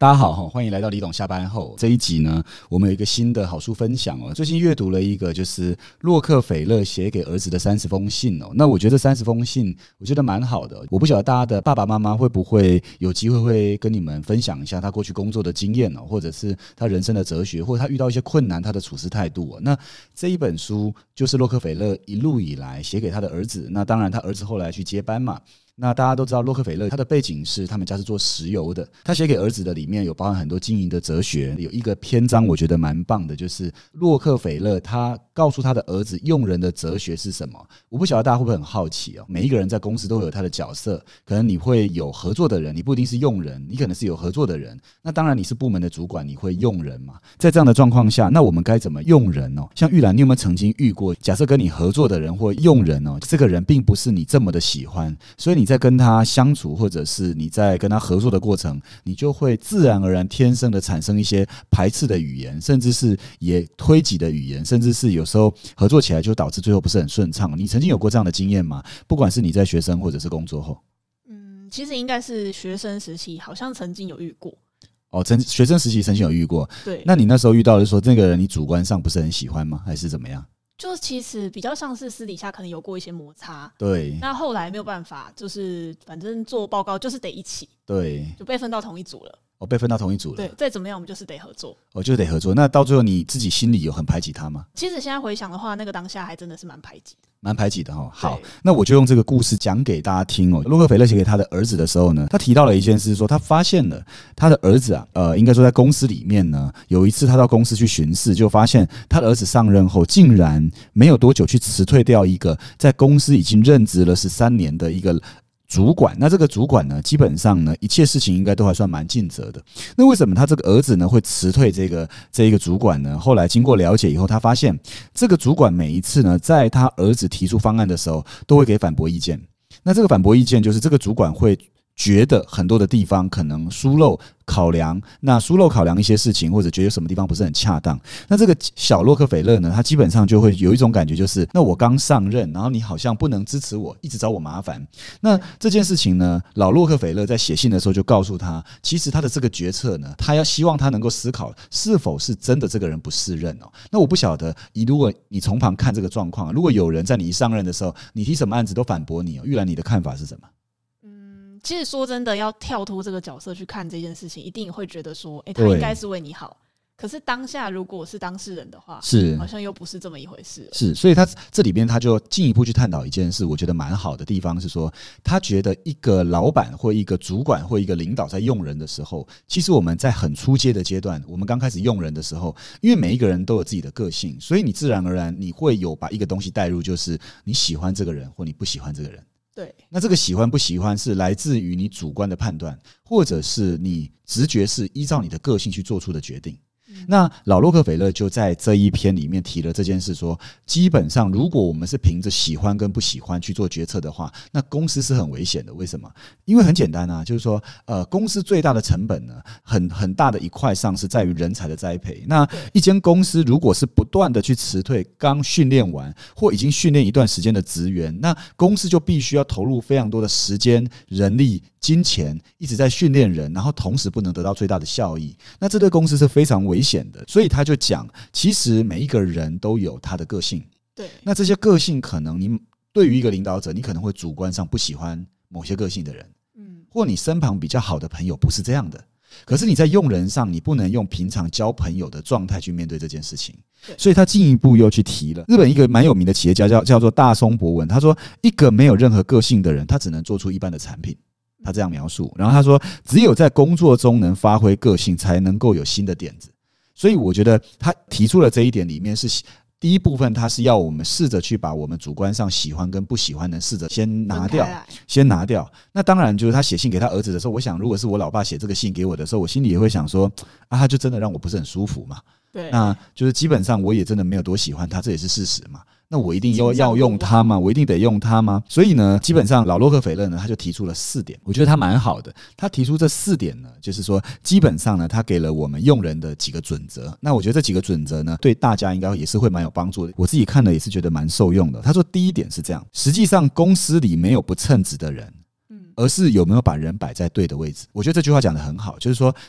大家好，欢迎来到李董下班后。这一集呢，我们有一个新的好书分享哦。最近阅读了一个就是洛克菲勒写给儿子的30封信哦。那我觉得这30封信我觉得蛮好的。我不晓得大家的爸爸妈妈会不会有机会会跟你们分享一下他过去工作的经验哦，或者是他人生的哲学，或者他遇到一些困难他的处事态度哦。那这一本书就是洛克菲勒一路以来写给他的儿子。那当然他儿子后来去接班嘛。那大家都知道洛克菲勒他的背景是他们家是做石油的，他写给儿子的里面有包含很多经营的哲学，有一个篇章我觉得蛮棒的，就是洛克菲勒他告诉他的儿子用人的哲学是什么。我不晓得大家会不会很好奇哦，每一个人在公司都会有他的角色，可能你会有合作的人，你不一定是用人，你可能是有合作的人，那当然你是部门的主管，你会用人嘛。在这样的状况下，那我们该怎么用人哦？像玉兰，你有没有曾经遇过假设跟你合作的人或用人哦，这个人并不是你这么的喜欢，所以你在跟他相处或者是你在跟他合作的过程，你就会自然而然天生的产生一些排斥的语言，甚至是也推挤的语言，甚至是有时候合作起来就导致最后不是很顺畅。你曾经有过这样的经验吗？不管是你在学生或者是工作后。 其实应该是学生时期好像曾经有遇过。 哦，学生时期曾经有遇过。 对， 那你那时候遇到的是说这个人你主观上不是很喜欢吗？还是怎么样？ 就其实比较像是私底下可能有过一些摩擦， 对， 那后来没有办法，就是反正做报告就是得一起， 对， 就被分到同一组了。 被分到同一组了。 对，再怎么样我们就是得合作。 就得合作。那到最后你自己心里有很排挤他吗？ 其实现在回想的话，那个当下还真的是蛮排挤的。 蛮排挤的哦。好，那我就用这个故事讲给大家听哦。洛克菲勒写给他的儿子的时候呢，他提到了一件事，说他发现了他的儿子啊，应该说在公司里面呢，有一次他到公司去巡视，就发现他的儿子上任后，竟然没有多久去辞退掉一个在公司已经任职了13年的一个主管。那这个主管呢，基本上呢，一切事情应该都还算蛮尽责的。那为什么他这个儿子呢会辞退这一个主管呢？后来经过了解以后，他发现这个主管每一次呢，在他儿子提出方案的时候，都会给反驳意见。那这个反驳意见就是这个主管会觉得很多的地方可能疏漏考量，那疏漏考量一些事情，或者觉得什么地方不是很恰当。那这个小洛克菲勒呢，他基本上就会有一种感觉，就是那我刚上任，然后你好像不能支持我，一直找我麻烦。那这件事情呢，老洛克菲勒在写信的时候就告诉他，其实他的这个决策呢，他要希望他能够思考是否是真的这个人不适任哦。那我不晓得，如果你从旁看这个状况，如果有人在你一上任的时候，你提什么案子都反驳你哦，玉兰你的看法是什么？ 其实说真的，要跳脱这个角色去看这件事情，一定会觉得说，他应该是为你好。可是当下如果是当事人的话，是好像又不是这么一回事了。 是，所以他这里边他就进一步去探讨一件事，我觉得蛮好的地方是说，他觉得一个老板或一个主管或一个领导在用人的时候，其实我们在很初阶的阶段，我们刚开始用人的时候，因为每一个人都有自己的个性，所以你自然而然你会有把一个东西带入，就是你喜欢这个人或你不喜欢这个人。 对， 那这个喜欢不喜欢是来自于你主观的判断，或者是你直觉是依照你的个性去做出的决定。那老洛克菲勒就在这一篇里面提了这件事，说基本上如果我们是凭着喜欢跟不喜欢去做决策的话，那公司是很危险的。为什么？因为很简单啊，就是说公司最大的成本呢，很大的一块上是在于人才的栽培。那一间公司如果是不断的去辞退刚训练完或已经训练一段时间的职员，那公司就必须要投入非常多的时间、人力、金钱，一直在训练人，然后同时不能得到最大的效益。那这对公司是非常危险的。所以他就讲，其实每一个人都有他的个性。 对， 那这些个性可能你对于一个领导者，你可能会主观上不喜欢某些个性的人，或你身旁比较好的朋友不是这样的。可是你在用人上，你不能用平常交朋友的状态去面对这件事情。所以他进一步又去提了日本一个蛮有名的企业家叫做大松博文，他说一个没有任何个性的人，他只能做出一般的产品。他这样描述，然后他说只有在工作中能发挥个性，才能够有新的点子。所以我觉得他提出了这一点里面是第一部分，他是要我们试着去把我们主观上喜欢跟不喜欢的试着先拿掉。那当然就是他写信给他儿子的时候，我想如果是我老爸写这个信给我的时候，我心里也会想说他就真的让我不是很舒服嘛。 对， 那就是基本上我也真的没有多喜欢他，这也是事实嘛。那我一定要用它吗？我一定得用它吗？所以呢，基本上老洛克菲勒呢，他就提出了4点，我觉得他蛮好的。他提出这4点呢，就是说基本上呢，他给了我们用人的几个准则。那我觉得这几个准则呢，对大家应该也是会蛮有帮助的。我自己看了也是觉得蛮受用的。他说第一点是这样，实际上公司里没有不称职的人，而是有没有把人摆在对的位置。我觉得这句话讲得很好，就是说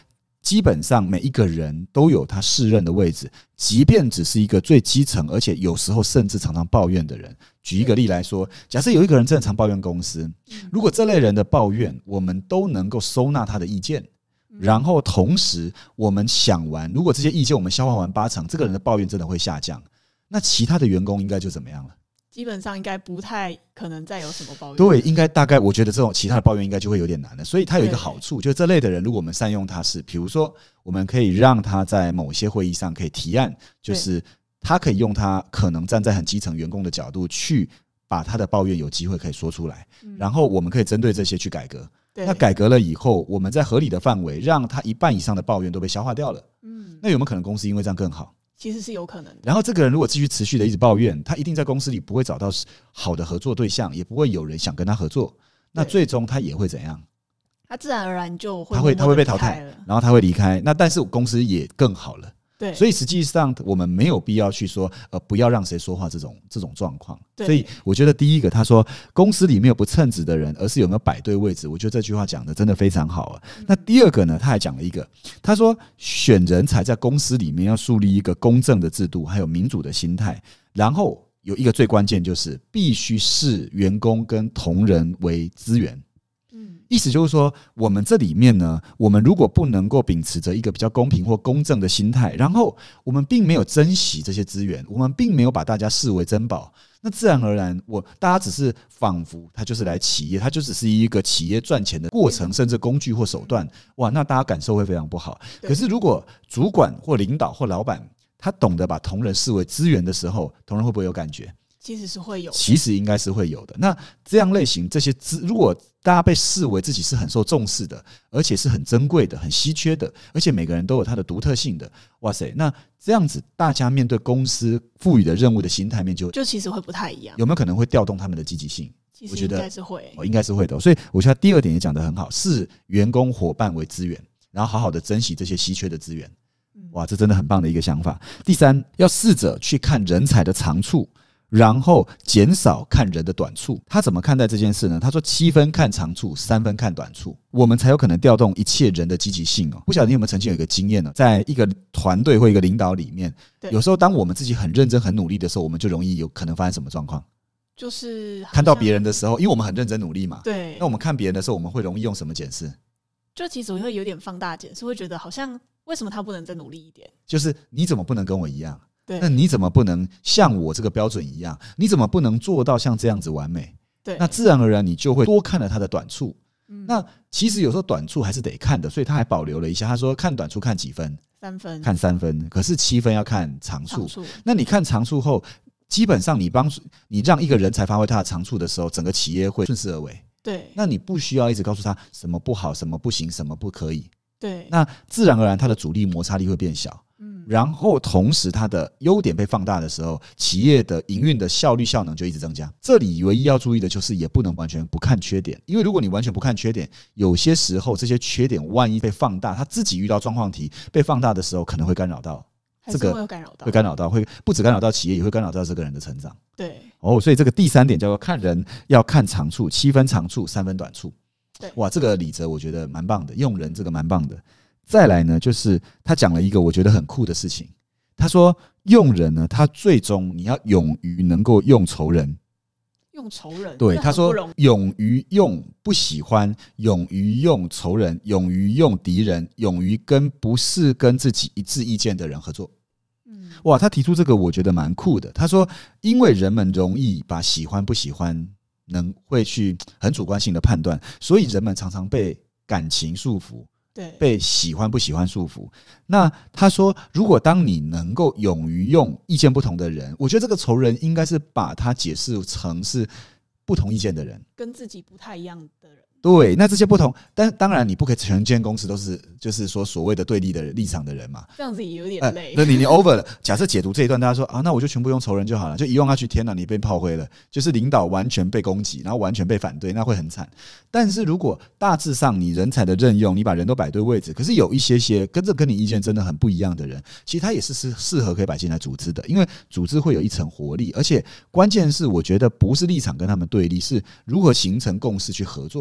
基本上每一个人都有他适任的位置，即便只是一个最基层，而且有时候甚至常常抱怨的人。举一个例来说，假设有一个人真的常抱怨公司，如果这类人的抱怨我们都能够收纳他的意见，然后同时我们想完，如果这些意见我们消化完80%，这个人的抱怨真的会下降，那其他的员工应该就怎么样了？ 基本上应该不太可能再有什么抱怨。 对，应该大概我觉得这种其他的抱怨应该就会有点难了。所以他有一个好处，就是这类的人如果我们善用他，是比如说我们可以让他在某些会议上可以提案，就是他可以用他可能站在很基层员工的角度去把他的抱怨有机会可以说出来，然后我们可以针对这些去改革。那改革了以后，我们在合理的范围让他一半以上的抱怨都被消化掉了。那有没有可能公司因为这样更好？ 其实是有可能的。 然后这个人如果继续持续的一直抱怨，他一定在公司里不会找到好的合作对象，也不会有人想跟他合作。那最终他也会怎样？ 他自然而然就会他会被淘汰，然后他会离开。那但是公司也更好了。对，所以实际上我们没有必要去说不要让谁说话这种状况。所以我觉得第一个他说公司里没有不称职的人，而是有没有摆对位置，我觉得这句话讲的真的非常好啊。那第二个呢，他还讲了一个，他说选人才在公司里面要树立一个公正的制度，还有民主的心态，然后有一个最关键就是必须视员工跟同仁为资源。意思就是说，我们这里面呢，我们如果不能够秉持着一个比较公平或公正的心态，然后我们并没有珍惜这些资源，我们并没有把大家视为珍宝，那自然而然大家只是仿佛他就是来企业，他就只是一个企业赚钱的过程，甚至工具或手段，哇，那大家感受会非常不好。可是如果主管或领导或老板他懂得把同仁视为资源的时候，同仁会不会有感觉？ 其实是会有的， 其实应该是会有的。那这样类型这些如果大家被视为自己是很受重视的，而且是很珍贵的、很稀缺的，而且每个人都有他的独特性的，哇塞，那这样子大家面对公司赋予的任务的心态面就其实会不太一样。 有没有可能会调动他们的积极性？ 其实应该是会， 应该是会的。所以我觉得第二点也讲得很好，视员工伙伴为资源，然后好好的珍惜这些稀缺的资源。哇，这真的很棒的一个想法。第三，要试着去看人才的长处，然后减少看人的短处。他怎么看待这件事呢？他说7分看长处，3分看短处，我们才有可能调动一切人的积极性。不晓得你有没有曾经有一个经验呢？在一个团队或一个领导里面，有时候当我们自己很认真很努力的时候，我们就容易有可能发生什么状况？就是看到别人的时候，因为我们很认真努力嘛，对，那我们看别人的时候，我们会容易用什么检视？ 就其实我会有点放大检视，会觉得好像为什么他不能再努力一点？ 就是你怎么不能跟我一样？那你怎么不能像我这个标准一样？你怎么不能做到像这样子完美？对，那自然而然你就会多看了他的短处。那其实有时候短处还是得看的，所以他还保留了一下，他说看短处看几分？3分，看3分。可是7分要看长处。那你看长处后，基本上你让一个人才发挥他的长处的时候，整个企业会顺势而为。对，那你不需要一直告诉他什么不好、什么不行、什么不可以。对，那自然而然他的阻力摩擦力会变小。然后同时它的优点被放大的时候，企业的营运的效率效能就一直增加。这里唯一要注意的就是也不能完全不看缺点，因为如果你完全不看缺点，有些时候这些缺点万一被放大，他自己遇到状况题被放大的时候，可能会干扰到这个，会干扰到，会不只干扰到企业，也会干扰到这个人的成长。对，所以这个第3点叫做看人要看长处，7分长处，3分短处。对，哇，这个理则我觉得蛮棒的，用人这个蛮棒的。再来呢，就是他讲了一个我觉得很酷的事情。他说，用人呢，他最终你要勇于能够用仇人。 用仇人？ 对，他说勇于用不喜欢，勇于用仇人，勇于用敌人，勇于跟不是跟自己一致意见的人合作。哇，他提出这个我觉得蛮酷的。他说，因为人们容易把喜欢不喜欢会去很主观性的判断，所以人们常常被感情束缚。对，被喜欢不喜欢束缚。那他说，如果当你能够勇于用意见不同的人，我觉得这个仇人应该是把它解释成是不同意见的人， 跟自己不太一样的人。 对，那这些不同，但当然你不可以全间公司都是就是说所谓的对立的立场的人嘛， 这样子也有点累。 那你 over 了。假设解读这一段，大家说啊，那我就全部用仇人就好了，就一用下去，天哪，你被炮灰了，就是领导完全被攻击，然后完全被反对，那会很惨。但是如果大致上你人才的任用，你把人都摆对位置，可是有一些跟你意见真的很不一样的人，其实他也是适合可以摆进来组织的，因为组织会有一层活力，而且关键是我觉得不是立场跟他们对立，是如何形成共识去合作。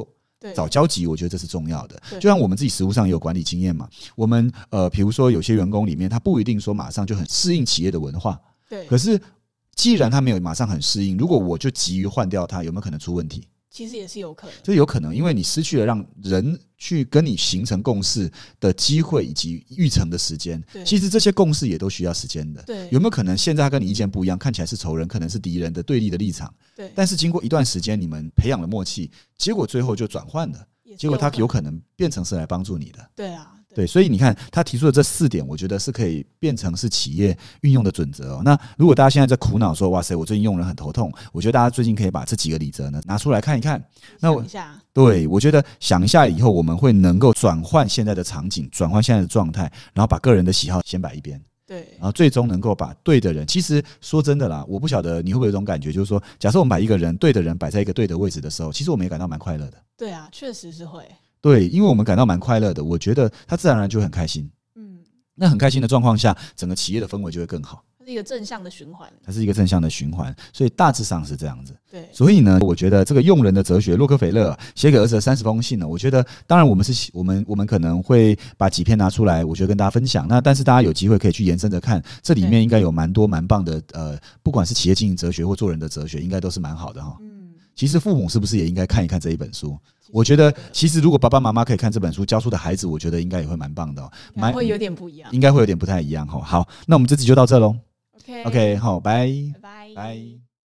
找交集，我觉得这是重要的。就像我们自己实务上也有管理经验嘛，我们比如说有些员工里面，他不一定说马上就很适应企业的文化， 对。 可是既然他没有马上很适应，如果我就急于换掉他，有没有可能出问题？ 其实也是有可能， 就有可能，因为你失去了让人去跟你形成共识的机会以及育成的时间。其实这些共识也都需要时间的。 对， 有没有可能现在他跟你意见不一样，看起来是仇人，可能是敌人的对立的立场？ 对。 但是经过一段时间，你们培养了默契，结果最后就转换了，结果他有可能变成是来帮助你的。 对啊。 对，所以你看他提出的这4点，我觉得是可以变成是企业运用的准则。那如果大家现在在苦恼说，哇塞，我最近用人很头痛，我觉得大家最近可以把这几个理则呢拿出来看一看。那对，我觉得想一下以后，我们会能够转换现在的场景，转换现在的状态，然后把个人的喜好先摆一边。 对， 然后最终能够把对的人，其实说真的啦，我不晓得你会不会有一种感觉，就是说，假设我们把一个人对的人摆在一个对的位置的时候，其实我们也感到蛮快乐的。 对啊，确实是会。 对，因为我们感到蛮快乐的，我觉得他自然而然就会很开心。那很开心的状况下，整个企业的氛围就会更好。 它是一个正向的循环。 它是一个正向的循环，所以大致上是这样子。 对， 所以呢，我觉得这个用人的哲学，洛克菲勒写给儿子的30封信呢，我觉得当然我们可能会把几篇拿出来，我觉得跟大家分享。那但是大家有机会可以去延伸着看，这里面应该有蛮多蛮棒的不管是企业经营哲学或做人的哲学，应该都是蛮好的哈。其实父母是不是也应该看一看这一本书？我觉得其实如果爸爸妈妈可以看这本书，教出的孩子，我觉得应该也会蛮棒的， 会有点不一样， 应该会有点不太一样。好，那我们这集就到这咯。 OK， 好，拜拜。 拜。